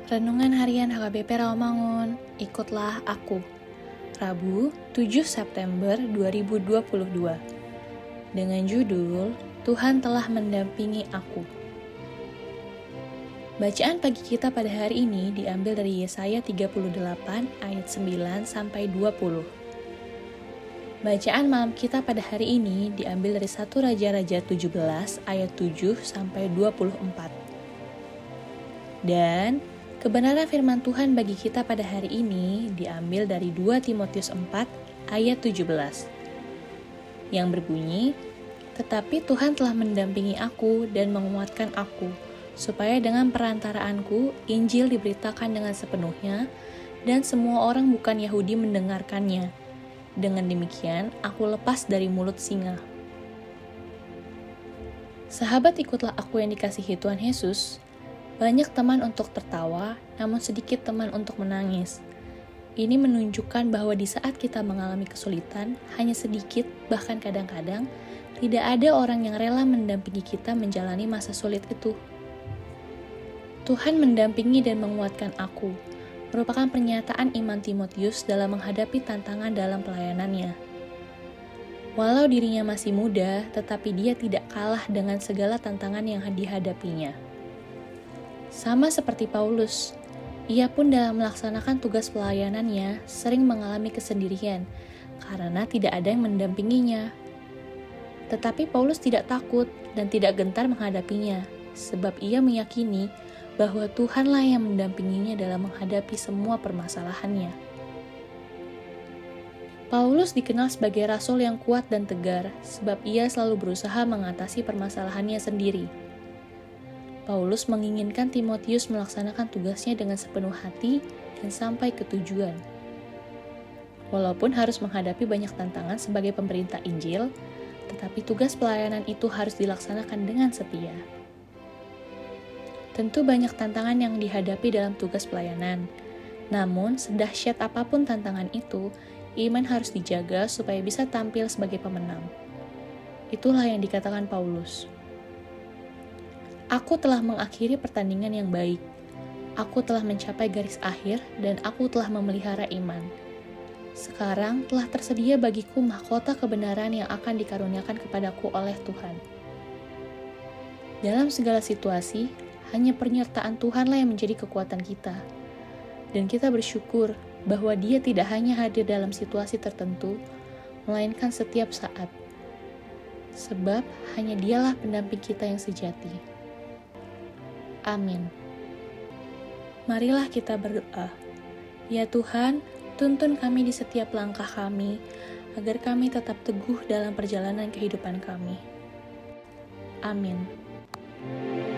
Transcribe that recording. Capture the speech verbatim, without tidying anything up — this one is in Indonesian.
Renungan Harian H K B P Rawamangun, ikutlah aku. Rabu, tujuh September dua ribu dua puluh dua. Dengan judul, Tuhan telah mendampingi aku. Bacaan pagi kita pada hari ini diambil dari Yesaya tiga puluh delapan ayat sembilan sampai dua puluh. Bacaan malam kita pada hari ini diambil dari satu Raja-Raja tujuh belas ayat tujuh sampai dua puluh empat. Dan kebenaran firman Tuhan bagi kita pada hari ini diambil dari dua Timotius empat ayat tujuh belas yang berbunyi, "Tetapi Tuhan telah mendampingi aku dan menguatkan aku, supaya dengan perantaraanku Injil diberitakan dengan sepenuhnya dan semua orang bukan Yahudi mendengarkannya. Dengan demikian aku lepas dari mulut singa." Sahabat, ikutlah aku yang dikasihi Tuhan Yesus. Banyak teman untuk tertawa, namun sedikit teman untuk menangis. Ini menunjukkan bahwa di saat kita mengalami kesulitan, hanya sedikit, bahkan kadang-kadang, tidak ada orang yang rela mendampingi kita menjalani masa sulit itu. Tuhan mendampingi dan menguatkan aku, merupakan pernyataan iman Timotius dalam menghadapi tantangan dalam pelayanannya. Walau dirinya masih muda, tetapi dia tidak kalah dengan segala tantangan yang dihadapinya. Sama seperti Paulus, ia pun dalam melaksanakan tugas pelayanannya sering mengalami kesendirian karena tidak ada yang mendampinginya. Tetapi Paulus tidak takut dan tidak gentar menghadapinya, sebab ia meyakini bahwa Tuhanlah yang mendampinginya dalam menghadapi semua permasalahannya. Paulus dikenal sebagai rasul yang kuat dan tegar, sebab ia selalu berusaha mengatasi permasalahannya sendiri. Paulus menginginkan Timotius melaksanakan tugasnya dengan sepenuh hati dan sampai ke tujuan. Walaupun harus menghadapi banyak tantangan sebagai pemberita Injil, tetapi tugas pelayanan itu harus dilaksanakan dengan setia. Tentu banyak tantangan yang dihadapi dalam tugas pelayanan, namun sedahsyat apapun tantangan itu, iman harus dijaga supaya bisa tampil sebagai pemenang. Itulah yang dikatakan Paulus. Aku telah mengakhiri pertandingan yang baik. Aku telah mencapai garis akhir dan aku telah memelihara iman. Sekarang telah tersedia bagiku mahkota kebenaran yang akan dikaruniakan kepadaku oleh Tuhan. Dalam segala situasi, hanya penyertaan Tuhanlah yang menjadi kekuatan kita. Dan kita bersyukur bahwa Dia tidak hanya hadir dalam situasi tertentu, melainkan setiap saat. Sebab hanya Dialah pendamping kita yang sejati. Amin. Marilah kita berdoa. Ya Tuhan, tuntun kami di setiap langkah kami, agar kami tetap teguh dalam perjalanan kehidupan kami. Amin.